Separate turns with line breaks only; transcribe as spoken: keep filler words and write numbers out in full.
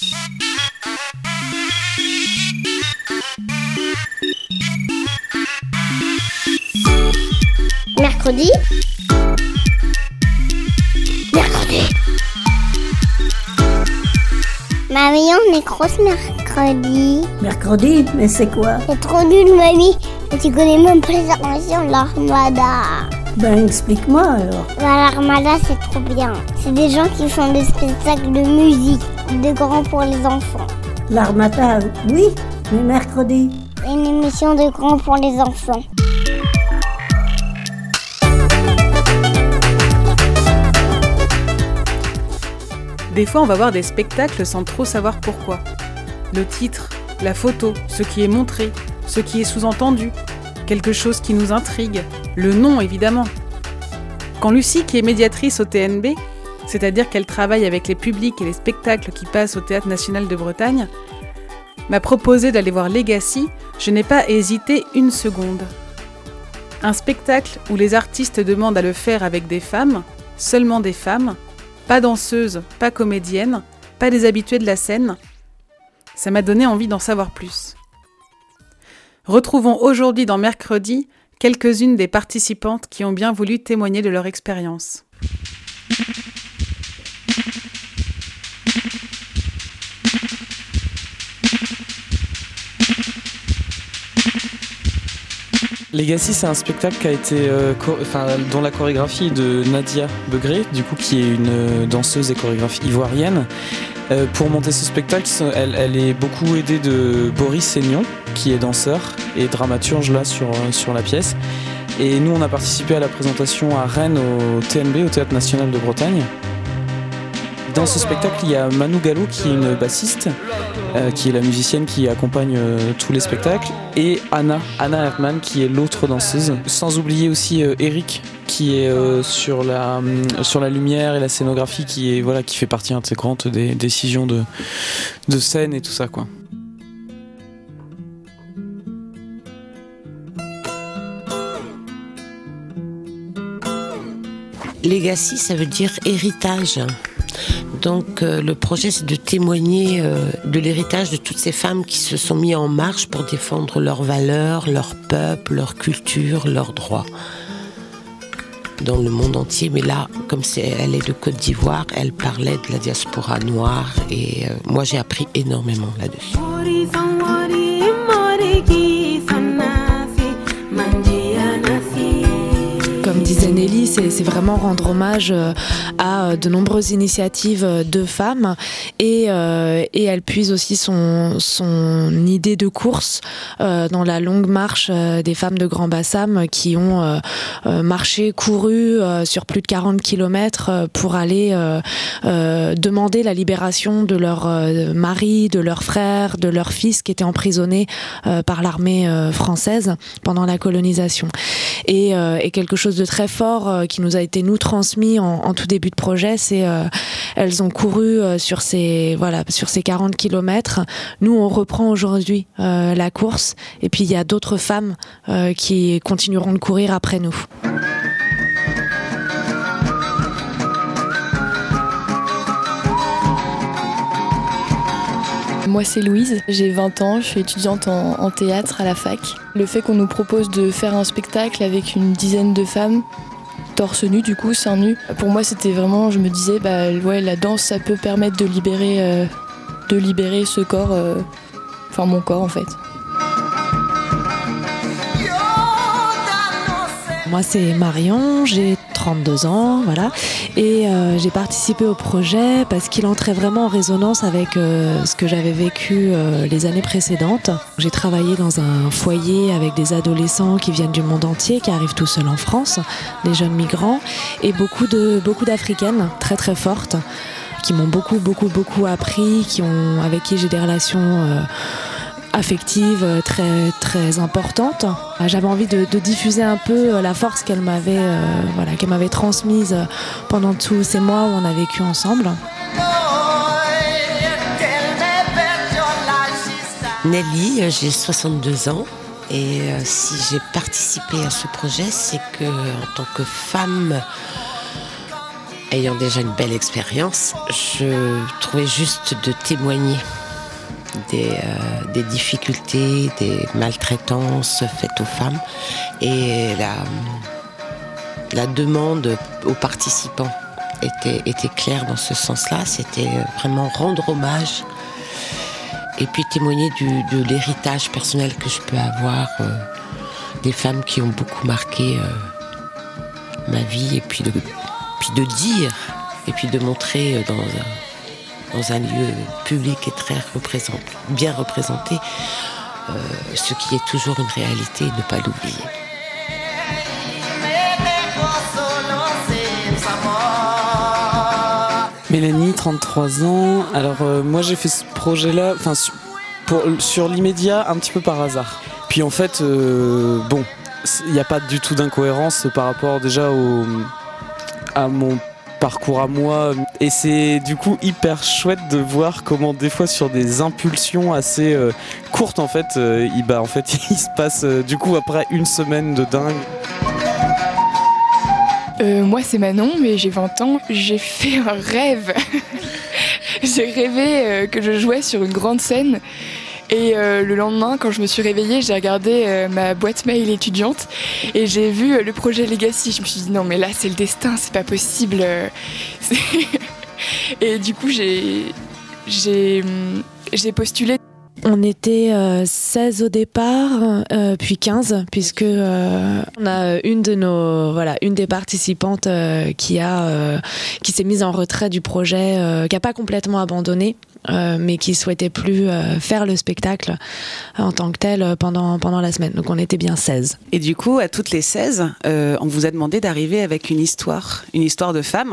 Mercredi. Mercredi. Mamie, on est grosse mercredi.
Mercredi? Mais c'est quoi?
C'est trop nul, mamie. Et tu connais même pas les armations de l'Armada.
Ben, explique-moi alors.
Bah, l'Armada, c'est trop bien. C'est des gens qui font des spectacles de musique, de grands pour les enfants.
L'Armada, oui, mais mercredi.
C'est une émission de grands pour les enfants.
Des fois, on va voir des spectacles sans trop savoir pourquoi. Le titre, la photo, ce qui est montré, ce qui est sous-entendu, quelque chose qui nous intrigue, le nom évidemment. Quand Lucie, qui est médiatrice au T N B, c'est-à-dire qu'elle travaille avec les publics et les spectacles qui passent au Théâtre National de Bretagne, m'a proposé d'aller voir Legacy, je n'ai pas hésité une seconde. Un spectacle où les artistes demandent à le faire avec des femmes, seulement des femmes, pas danseuses, pas comédiennes, pas des habitués de la scène. Ça m'a donné envie d'en savoir plus. Retrouvons aujourd'hui dans Mercredi quelques-unes des participantes qui ont bien voulu témoigner de leur expérience.
Legacy, c'est un spectacle qui a été, euh, cho- enfin, dont la chorégraphie est de Nadia Begré, du coup, qui est une euh, danseuse et chorégraphe ivoirienne. Euh, pour monter ce spectacle, elle, elle est beaucoup aidée de Boris Seignon, qui est danseur et dramaturge là sur, euh, sur la pièce. Et nous, on a participé à la présentation à Rennes au T N B, au Théâtre National de Bretagne. Dans ce spectacle, il y a Manu Gallo qui est une bassiste, euh, qui est la musicienne qui accompagne euh, tous les spectacles, et Anna, Anna Herman qui est l'autre danseuse. Sans oublier aussi euh, Eric qui est euh, sur, la, euh, sur la lumière et la scénographie, qui, est, voilà, qui fait partie intégrante des décisions de, de scène et tout ça, quoi.
Legacy, ça veut dire héritage. Donc euh, le projet, c'est de témoigner euh, de l'héritage de toutes ces femmes qui se sont mises en marche pour défendre leurs valeurs, leur peuple, leur culture, leurs droits dans le monde entier. Mais là, comme c'est, elle est de Côte d'Ivoire, elle parlait de la diaspora noire et euh, moi j'ai appris énormément là-dessus.
Comme disait Nelly, c'est, c'est vraiment rendre hommage à de nombreuses initiatives de femmes et, euh, et elle puise aussi son, son idée de course euh, dans la longue marche des femmes de Grand Bassam qui ont euh, marché, couru euh, sur plus de quarante kilomètres pour aller euh, euh, demander la libération de leur euh, mari, de leurs frères, de leurs fils qui étaient emprisonnés euh, par l'armée euh, française pendant la colonisation. Et, euh, et quelque chose de très fort euh, qui nous a été nous transmis en, en tout début de projet, c'est euh, elles ont couru euh, sur ces voilà sur ces quarante kilomètres. Nous on reprend aujourd'hui euh, la course et puis il y a d'autres femmes euh, qui continueront de courir après nous.
Moi c'est Louise, j'ai vingt ans, je suis étudiante en, en théâtre à la fac. Le fait qu'on nous propose de faire un spectacle avec une dizaine de femmes, torse nu du coup, seins nus, pour moi c'était vraiment, je me disais, bah ouais, la danse ça peut permettre de libérer, euh, de libérer ce corps, euh, enfin mon corps en fait.
Moi c'est Marion, j'ai trente-deux ans, voilà, et euh, j'ai participé au projet parce qu'il entrait vraiment en résonance avec euh, ce que j'avais vécu euh, les années précédentes. J'ai travaillé dans un foyer avec des adolescents qui viennent du monde entier, qui arrivent tout seuls en France, des jeunes migrants, et beaucoup de beaucoup d'Africaines très très fortes, qui m'ont beaucoup beaucoup beaucoup appris, qui ont avec qui j'ai des relations euh, affective très très importante. J'avais envie de, de diffuser un peu la force qu'elle m'avait euh, voilà qu'elle m'avait transmise pendant tous ces mois où on a vécu ensemble.
Nelly, j'ai soixante-deux ans et euh, si j'ai participé à ce projet, c'est que en tant que femme ayant déjà une belle expérience, je trouvais juste de témoigner des, euh, des difficultés, des maltraitances faites aux femmes et la, la demande aux participants était, était claire dans ce sens-là. C'était vraiment rendre hommage et puis témoigner du, de l'héritage personnel que je peux avoir euh, des femmes qui ont beaucoup marqué euh, ma vie et puis de, puis de dire et puis de montrer dans un dans un lieu public et très représenté, bien représenté, euh, ce qui est toujours une réalité, ne pas l'oublier.
Mélanie, trente-trois ans. Alors euh, moi j'ai fait ce projet-là enfin, pour, sur l'immédiat un petit peu par hasard. Puis en fait, euh, bon, il n'y a pas du tout d'incohérence par rapport déjà au, à mon parcours à moi, et c'est du coup hyper chouette de voir comment des fois sur des impulsions assez euh, courtes en fait, euh, il, bah, en fait il se passe euh, du coup après une semaine de dingue.
Euh, moi c'est Manon, mais j'ai vingt ans, j'ai fait un rêve. J'ai rêvé euh, que je jouais sur une grande scène. Et euh, le lendemain, quand je me suis réveillée, j'ai regardé euh, ma boîte mail étudiante et j'ai vu euh, le projet Legacy. Je me suis dit non mais là c'est le destin, c'est pas possible. Et du coup j'ai, j'ai, j'ai postulé.
On était euh, seize au départ, euh, puis quinze, puisque euh, on a une de nos, voilà, une des participantes euh, qui a, euh, qui s'est mise en retrait du projet, euh, qui a pas complètement abandonné, euh, mais qui souhaitait plus euh, faire le spectacle euh, en tant que tel pendant pendant la semaine. Donc on était bien seize.
Et du coup, à toutes les seize, euh, on vous a demandé d'arriver avec une histoire, une histoire de femme.